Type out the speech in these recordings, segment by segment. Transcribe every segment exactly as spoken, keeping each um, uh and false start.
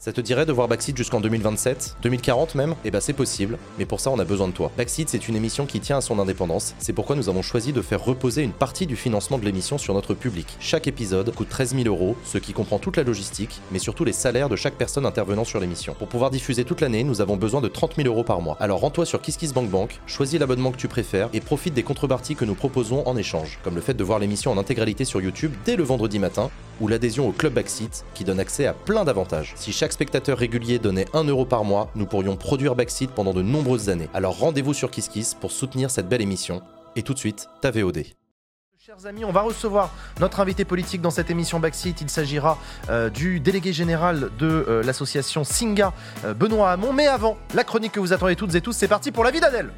Ça te dirait de voir Backseat jusqu'en deux mille vingt-sept, deux mille quarante même? Eh bah c'est possible, mais pour ça on a besoin de toi. Backseat, c'est une émission qui tient à son indépendance, c'est pourquoi nous avons choisi de faire reposer une partie du financement de l'émission sur notre public. Chaque épisode coûte treize mille euros, ce qui comprend toute la logistique, mais surtout les salaires de chaque personne intervenant sur l'émission. Pour pouvoir diffuser toute l'année, nous avons besoin de trente mille euros par mois. Alors rends-toi sur KissKissBankBank, choisis l'abonnement que tu préfères et profite des contreparties que nous proposons en échange, comme le fait de voir l'émission en intégralité sur YouTube dès le vendredi matin, ou l'adhésion au Club Backseat qui donne accès à plein d'avantages. Si chaque spectateur régulier donnait un euro par mois, nous pourrions produire Backseat pendant de nombreuses années. Alors rendez-vous sur KissKiss pour soutenir cette belle émission. Et tout de suite, ta V O D. Chers amis, on va recevoir notre invité politique dans cette émission Backseat. Il s'agira euh, du délégué général de euh, l'association Singa, euh, Benoît Hamon. Mais avant, la chronique que vous attendez toutes et tous, c'est parti pour la vie d'Adèle.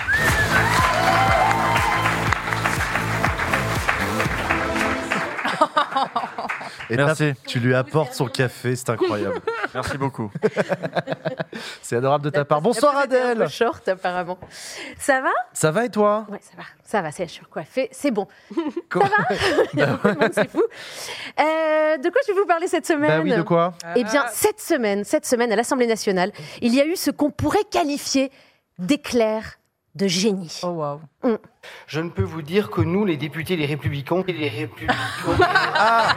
Et merci. Tu lui apportes son café, c'est incroyable. Merci beaucoup. C'est adorable de ta part. Bonsoir Adèle. Un peu short apparemment. Ça va? Ça va et toi? Ouais, ça va. Ça va, c'est surcoiffé, c'est bon. Quoi? Ça va? Il y a beaucoup de monde, c'est fou. Euh, de quoi je vais vous parler cette semaine? Bah oui, de quoi? Eh bien, cette semaine, cette semaine à l'Assemblée nationale, il y a eu ce qu'on pourrait qualifier d'éclair de génie. Oh waouh. Mm. Je ne peux vous dire que nous, les députés, les républicains, les républicains... Ah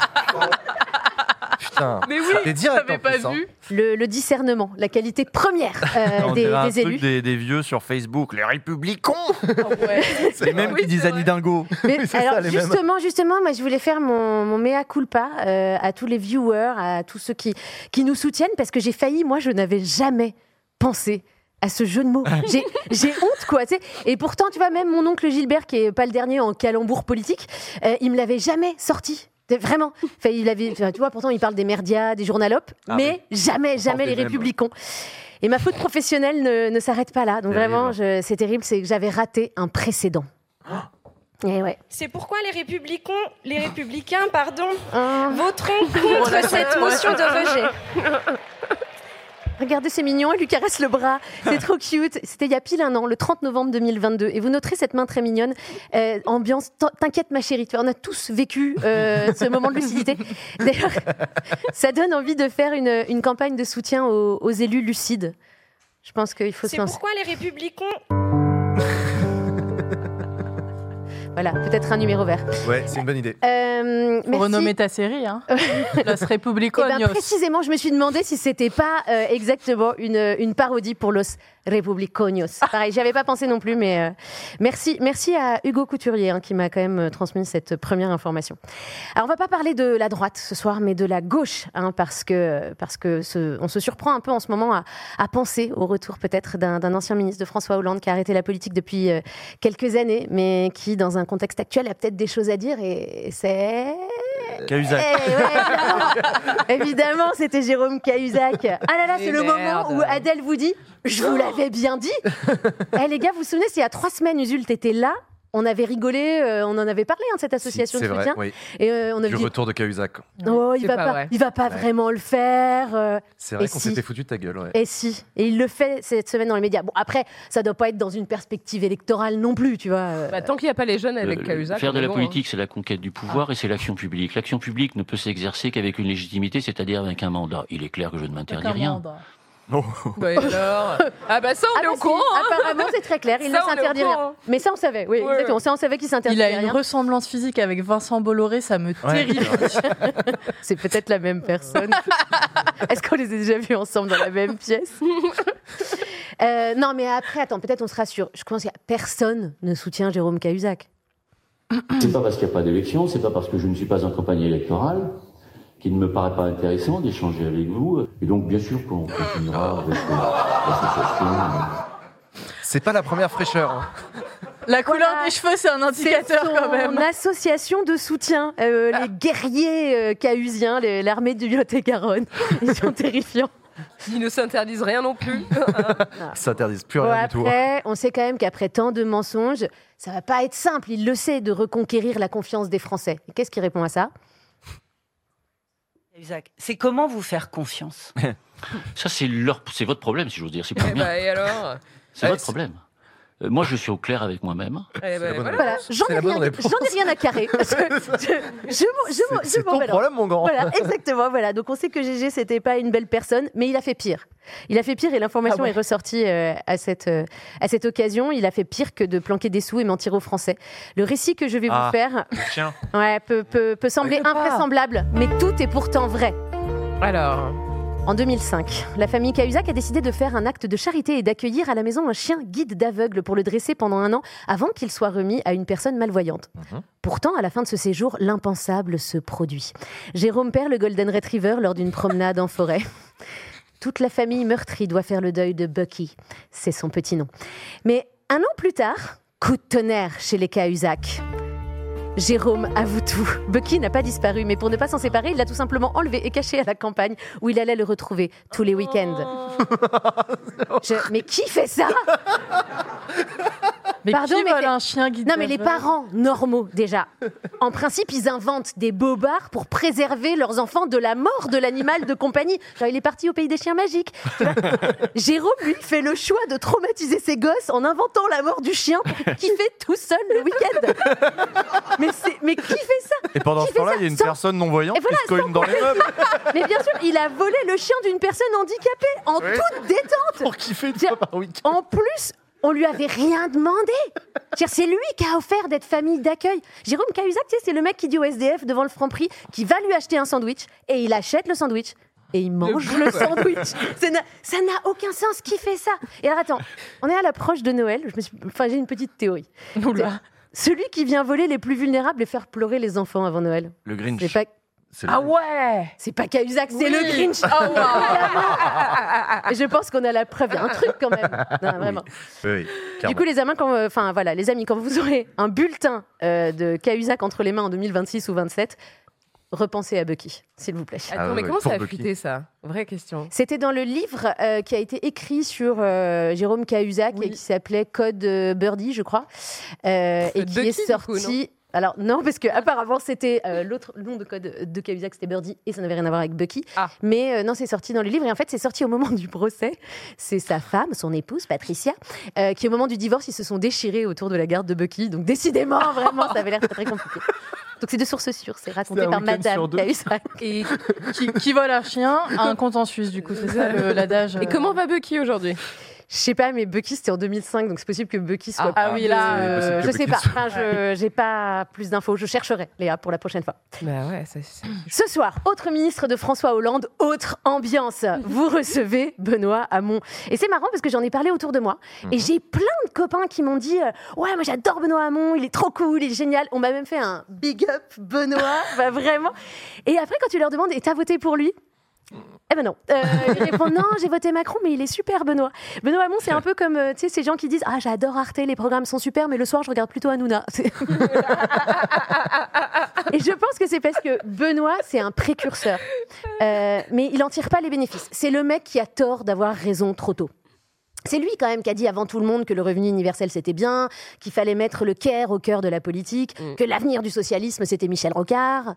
Putain, Mais oui, t'es direct j'avais en pas plus, hein. vu. Le, le discernement, la qualité première euh, On des, dirait un des truc élus. Des, des vieux sur Facebook, les républicains. Oh ouais. C'est les mêmes Oui, qui disent c'est Annie vrai. Dingo. Mais Oui, c'est alors ça, les mêmes. justement, justement, moi je voulais faire mon, mon mea culpa euh, à tous les viewers, à tous ceux qui, qui nous soutiennent, parce que j'ai failli, moi je n'avais jamais pensé à ce jeu de mots. J'ai, j'ai honte, quoi. Tu sais. Et pourtant, tu vois, même mon oncle Gilbert, qui est pas le dernier en calembour politique, euh, il me l'avait jamais sorti. Vraiment. Enfin, il avait, enfin, tu vois, pourtant, il parle des merdias, des journalopes, Ah mais oui. jamais, On jamais parle les des mêmes. républicains. Et ma faute professionnelle ne, ne s'arrête pas là. Donc Terrible. vraiment, je, c'est terrible, c'est que j'avais raté un précédent. Et ouais. C'est pourquoi les républicains, les républicains pardon, Ah. voteront contre cette motion de rejet. Regardez, c'est mignon, elle lui caresse le bras, c'est trop cute. C'était il y a pile un an, le trente novembre deux mille vingt-deux. Et vous noterez cette main très mignonne, euh, ambiance, t'inquiète ma chérie, tu vois, on a tous vécu euh, ce moment de lucidité. D'ailleurs, ça donne envie de faire une, une campagne de soutien aux, aux élus lucides. Je pense qu'il faut se C'est lancer. pourquoi les républicains... Voilà, peut-être un numéro vert. Ouais, c'est une bonne idée. Euh, Faut merci. renommer ta série, hein. Los Eh Republicanos. ben, précisément, je me suis demandé si c'était pas euh, exactement une, une parodie pour Los Republicanos. Pareil, j'y avais pas pensé non plus, mais euh, merci, merci à Hugo Couturier hein, qui m'a quand même euh, transmis cette première information. Alors, on va pas parler de la droite ce soir, mais de la gauche, hein, parce que parce que ce, on se surprend un peu en ce moment à, à penser au retour peut-être d'un, d'un ancien ministre de François Hollande qui a arrêté la politique depuis euh, quelques années, mais qui, dans un contexte actuel, a peut-être des choses à dire, et c'est Cahuzac. Eh ouais, évidemment, évidemment, c'était Jérôme Cahuzac. Ah là là, c'est Et le merde. moment où Adèle vous dit « Je vous l'avais bien dit !» Eh les gars, vous vous souvenez, c'est il y a trois semaines, Usul, t'étais là. On avait rigolé, euh, on en avait parlé hein, de cette association Si, de c'est soutien. vrai, oui. Et euh, on avait Du dit retour de Cahuzac. oh, il C'est va pas pas, vrai. il va pas Ouais. vraiment le faire. euh. C'est vrai Et qu'on si. s'était foutu de ta gueule, ouais. Et si, et il le fait cette semaine dans les médias. Bon après, ça doit pas être dans une perspective électorale non plus, tu vois. euh. Bah, tant qu'il n'y a pas les jeunes avec Euh, Cahuzac. faire de on est la bon, politique, c'est la conquête du pouvoir et c'est l'action publique. L'action publique ne peut s'exercer qu'avec une légitimité, c'est-à-dire avec un mandat. Il est clair que je ne hein. m'interdis Avec un rien. mandat. Oh. Bah, et alors ah bah ça, on Ah est bah au si, courant. hein. apparemment c'est très clair, il Ça, ne on est au s'interdit rien. courant. Mais ça on savait, oui, Ouais. exactement. Ça on savait qu'il s'interdit Il a rien. une ressemblance physique avec Vincent Bolloré, ça me Ouais. terrifie. C'est peut-être la même personne. Est-ce qu'on les a déjà vus ensemble dans la même pièce Euh, Non, mais après, attends, peut-être on se rassure. Je pense que personne ne soutient Jérôme Cahuzac. C'est pas parce qu'il n'y a pas d'élection, c'est pas parce que je ne suis pas en campagne électorale qu'il ne me paraît pas intéressant d'échanger avec vous. Et donc, bien sûr qu'on continuera avec euh, l'association. C'est pas la première fraîcheur. Hein. La couleur Voilà. des cheveux, c'est un indicateur C'est quand même. son association de soutien, euh, les guerriers euh, cahusiens, les- l'armée du Lot-et-Garonne. Ils sont terrifiants. Ils ne s'interdisent rien non plus. Ils s'interdisent plus Bon, rien du tout. après, on sait quand même qu'après tant de mensonges, ça va pas être simple, il le sait, de reconquérir la confiance des Français. Et qu'est-ce qui répond à ça? Isaac, c'est comment vous faire confiance? Ça, c'est leur, c'est votre problème, si j'ose dire. C'est pas Eh le mien. bah, et alors C'est Eh, votre c'est- problème. Euh, moi, je suis au clair avec moi-même. Eh ben, voilà. Voilà, j'en C'est ai, la bonne rien- réponse. j'en ai rien à carrer. Je, je, je, m'en- je, m'en- je C'est m'en ton balance. problème, mon grand. Voilà, exactement. Voilà. Donc on sait que Gégé, c'était pas une belle personne, mais il a fait pire. Il a fait pire et l'information Ah ouais. est ressortie euh, à, cette, euh, à cette occasion. Il a fait pire que de planquer des sous et mentir aux Français. Le récit que je vais Ah. vous faire Tiens. ouais, peut, peut, peut sembler Je peux pas. invraisemblable, mais tout est pourtant vrai. Alors, En deux mille cinq, la famille Cahuzac a décidé de faire un acte de charité et d'accueillir à la maison un chien guide d'aveugle pour le dresser pendant un an avant qu'il soit remis à une personne malvoyante. Mhm. Pourtant, à la fin de ce séjour, l'impensable se produit. Jérôme perd le Golden Retriever lors d'une promenade en forêt. Toute la famille meurtrie doit faire le deuil de Bucky. C'est son petit nom. Mais un an plus tard, coup de tonnerre chez les Cahuzac. Jérôme avoue tout. Bucky n'a pas disparu, mais pour ne pas s'en séparer, il l'a tout simplement enlevé et caché à la campagne où il allait le retrouver tous les week-ends. Je- Mais qui fait ça? mais Pardon, qui mais vole fait- un chien guide Non, mais les d'aveugle parents normaux, déjà, en principe, ils inventent des bobards pour préserver leurs enfants de la mort de l'animal de compagnie. Genre, il est parti au pays des chiens magiques. Tu vois. Jérôme, lui, fait le choix de traumatiser ses gosses en inventant la mort du chien pour kiffer tout seul le week-end. Mais, c'est- mais qui fait ça? Et pendant Qui ce fait temps-là, ça il y a une sans- personne non-voyante Et voilà, qui se cogne dans les meubles. Mais bien sûr, il a volé le chien d'une personne handicapée en toute détente. Pour kiffer une Tiens, fois par week-end. En plus, on lui avait rien demandé. C'est-à-dire, c'est lui qui a offert d'être famille d'accueil. Jérôme Cahuzac, tu sais, c'est le mec qui dit au S D F devant le Franprix qu'il va lui acheter un sandwich et il achète le sandwich. Et il mange le sandwich. Ça n'a, ça n'a aucun sens. Qui fait ça? Et alors attends, on est à l'approche de Noël. Je me suis, enfin, j'ai une petite théorie. Oula. Celui qui vient voler les plus vulnérables et faire pleurer les enfants avant Noël. Le Grinch. C'est pas, C'est le Ah Grinch. ouais. c'est pas Cahuzac, c'est Oui. le Grinch. Oh, Et je pense qu'on a la preuve. Il y a un truc quand même. Non, vraiment. Oui, oui, Du clairement. coup, les amis, quand, euh, enfin voilà, les amis, quand vous aurez un bulletin euh, de Cahuzac entre les mains en deux mille vingt-six ou vingt-sept, repensez à Bucky, s'il vous plaît. Attends, Ah mais ouais, comment pour ça a Bucky. fuité ça? Vraie question. C'était dans le livre euh, qui a été écrit sur euh, Jérôme Cahuzac Oui. et qui s'appelait Code euh, Birdie, je crois, euh, et Code qui Bucky, est du coup, sorti. Alors non, parce que apparemment c'était euh, l'autre le nom de code de Cahuzac, c'était Birdie et ça n'avait rien à voir avec Bucky. Ah. Mais euh, non, c'est sorti dans le livre et en fait c'est sorti au moment du procès. C'est sa femme, son épouse Patricia, euh, qui au moment du divorce ils se sont déchirés autour de la garde de Bucky. Donc décidément, vraiment, ça avait l'air très, très compliqué. Donc c'est de sources sûres, c'est raconté C'est un par week-end sur Madame deux. Cahuzac. Et qui, qui vole un chien a un compte en Suisse, du coup, c'est ça le- l'adage. Et euh, comment va Bucky aujourd'hui? Je sais pas, mais Bucky c'était en deux mille cinq, donc c'est possible que Bucky soit. Ah, ah oui, là, euh, c'est possible que je sais Bucky pas. soit- Enfin, je j'ai pas plus d'infos. Je chercherai, Léa, pour la prochaine fois. Bah ouais, ça, c'est- Ce soir, autre ministre de François Hollande, autre ambiance. Vous recevez Benoît Hamon. Et c'est marrant parce que j'en ai parlé autour de moi. Et j'ai plein de copains qui m'ont dit euh, ouais, moi j'adore Benoît Hamon, il est trop cool, il est génial. On m'a même fait un big up Benoît, bah, vraiment. Et après, quand tu leur demandes, et t'as voté pour lui? Eh ben non. Euh, ils répondent non, j'ai voté Macron, mais il est super, Benoît. Benoît Hamon, c'est un peu comme euh, tu sais, ces gens qui disent ah, j'adore Arte, les programmes sont super, mais le soir, je regarde plutôt Hanouna. C'est- Et je pense que c'est parce que Benoît, c'est un précurseur. Euh, mais il n'en tire pas les bénéfices. C'est le mec qui a tort d'avoir raison trop tôt. C'est lui quand même qui a dit avant tout le monde que le revenu universel c'était bien, qu'il fallait mettre le care au cœur de la politique, que l'avenir du socialisme c'était Michel Rocard.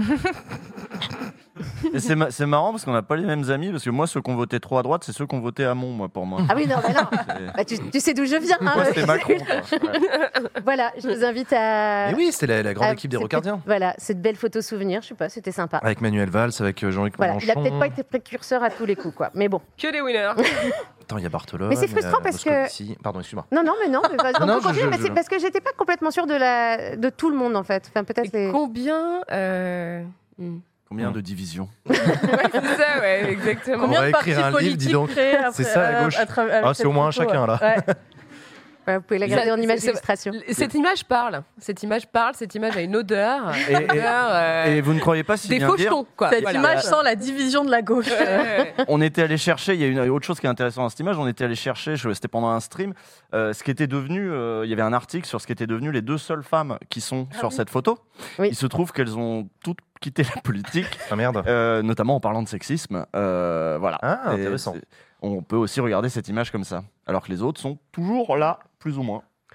Et c'est, ma- c'est marrant parce qu'on n'a pas les mêmes amis, parce que moi, ceux qui ont voté trop à droite, c'est ceux qui ont voté Hamon, moi, pour moi. Ah oui, non, bah non. C'est- Bah, tu, tu sais d'où je viens. hein. Moi, c'était Macron. quoi. Ouais. Voilà, je vous invite à. Et oui, c'était la, la grande à équipe des cette- Rocardiens. Voilà, cette belle photo souvenir, je sais pas, c'était sympa. Avec Manuel Valls, avec euh, Jean-Luc Voilà, il a Mélenchon. peut-être pas été précurseur à tous les coups, quoi. Mais bon. Que des winners. Attends, il y a Bartolo. Mais c'est frustrant parce que- Pardon, excuse-moi. Non, non, mais non, mais vas-y, on Non, peut je- continuer, je- mais je- c'est parce que j'étais pas complètement sûre de, la... de tout le monde, en fait. Enfin, peut-être Et les... combien euh... hmm. Combien de divisions? Ouais, c'est ça, ouais, exactement. On Combien va de écrire partis un livre, dis politiques donc. créés après- C'est ça, à euh, gauche. tra- avec Ah, c'est cette au moins un photo, chacun, là. ouais. Ouais, vous pouvez la garder Ça- en image c'est- d'illustration. Cette image parle. Cette image parle. Cette image a une odeur. Et, Une et- odeur, euh, et vous ne croyez pas si des bien dire, fauchetons, quoi. Cette Voilà. image sent la division de la gauche. Ouais. on était allé chercher, il y a une autre chose qui est intéressante dans cette image, on était allé chercher, je- c'était pendant un stream, euh, ce qui était devenu, euh, il y avait un article sur ce qui était devenu les deux seules femmes qui sont sur cette photo. Oui. Il se trouve qu'elles ont toutes quitté la politique, Ah merde. euh, notamment en parlant de sexisme. Euh, voilà. Ah, Et intéressant. c'est- on peut aussi regarder cette image comme ça, alors que les autres sont toujours là, plus ou moins.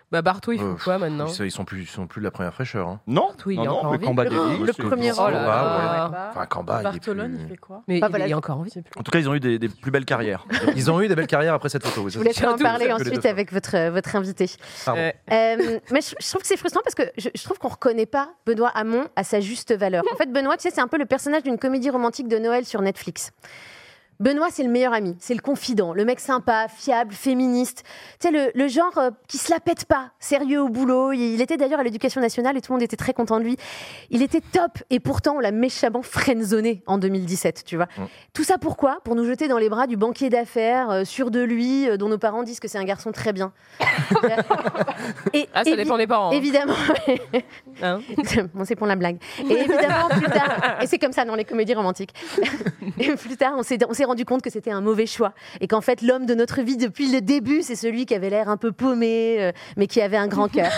Bah Bartou, il fait Euh, quoi maintenant? Ils, ils sont plus, ils sont plus de la première fraîcheur. Hein. Non, Bartou, il non, est non, encore en le vie. combat Le- des le villes, c'est- premier Oh là rôle. là, Ah. Enfin, Kamba, il est Bartolone, plus- il fait quoi? Mais Ah, il, voilà. il est encore en vie. En tout cas, ils ont eu des, des plus belles carrières. Ils ont eu des belles carrières après cette photo. Oui, Je vous laisserai en Surtout, parler que les deux ensuite fois. avec votre, votre invité. Pardon. Euh, Euh, mais je, je trouve que c'est frustrant parce que je, je trouve qu'on reconnaît pas Benoît Hamon à sa juste valeur. En fait, Benoît, tu sais, c'est un peu le personnage d'une comédie romantique de Noël sur Netflix. Benoît, c'est le meilleur ami, c'est le confident, le mec sympa, fiable, féministe. Tu sais, le, le genre euh, qui se la pète pas, sérieux au boulot. Il, il était d'ailleurs à l'Éducation nationale et tout le monde était très content de lui. Il était top et pourtant on l'a méchamment friendzoné en deux mille dix-sept, tu vois. Mm. Tout ça pourquoi? Pour nous jeter dans les bras du banquier d'affaires, euh, sûr de lui, euh, dont nos parents disent que c'est un garçon très bien. et, Ah, ça évi- dépend des parents. hein. Évidemment. Hein Bon, c'est pour la blague. Et évidemment, plus tard, et c'est comme ça dans les comédies romantiques. Et plus tard, on s'est, on s'est rendu compte que c'était un mauvais choix. Et qu'en fait, l'homme de notre vie, depuis le début, c'est celui qui avait l'air un peu paumé, euh, mais qui avait un grand cœur.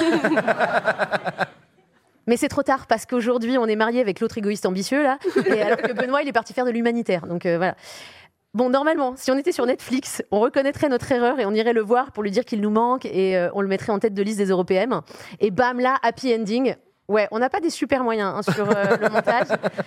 Mais c'est trop tard parce qu'aujourd'hui, on est marié avec l'autre égoïste ambitieux, là. Et alors que Benoît, il est parti faire de l'humanitaire. Donc euh, voilà. Bon, normalement, si on était sur Netflix, on reconnaîtrait notre erreur et on irait le voir pour lui dire qu'il nous manque et euh, on le mettrait en tête de liste des européennes. Et bam, là, happy ending. Ouais, on n'a pas des super moyens hein, sur euh, le montage.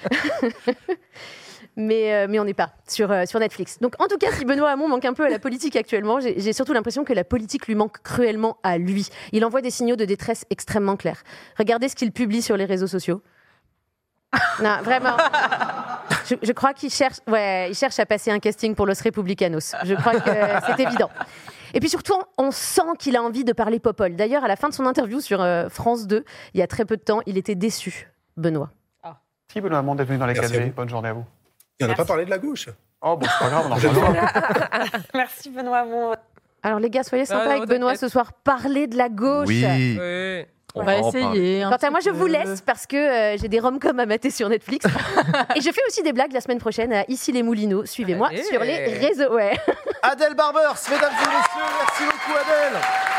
mais, euh, mais on n'est pas sur, euh, sur Netflix. Donc, en tout cas, si Benoît Hamon manque un peu à la politique actuellement, j'ai, j'ai surtout l'impression que la politique lui manque cruellement à lui. Il envoie des signaux de détresse extrêmement clairs. Regardez ce qu'il publie sur les réseaux sociaux. Non, vraiment. Je, je crois qu'il cherche, ouais, il cherche à passer un casting pour Los Republicanos. Je crois que c'est évident. Et puis surtout, on sent qu'il a envie de parler popole. D'ailleurs, à la fin de son interview sur euh, France deux, il y a très peu de temps, il était déçu, Benoît. Si Benoît Hamon est venu dans les Merci quatre à G, vous. bonne journée à vous. Et on n'a pas parlé de la gauche. Oh, bon, c'est pas grave, on en reparlera. Merci Benoît Hamon. Alors les gars, soyez sympas Ah, non, avec Benoît t'inquiète. ce soir. Parlez de la gauche. Oui. Ouais. On va en essayer. un Quant à petit moi, je peu. vous laisse parce que euh, j'ai des rom-coms à mater sur Netflix. Et je fais aussi des blagues la semaine prochaine à Ici les Moulineaux. Suivez-moi Allez. sur les réseaux. Ouais. Adèle Barbers, mesdames et messieurs, merci beaucoup Adèle.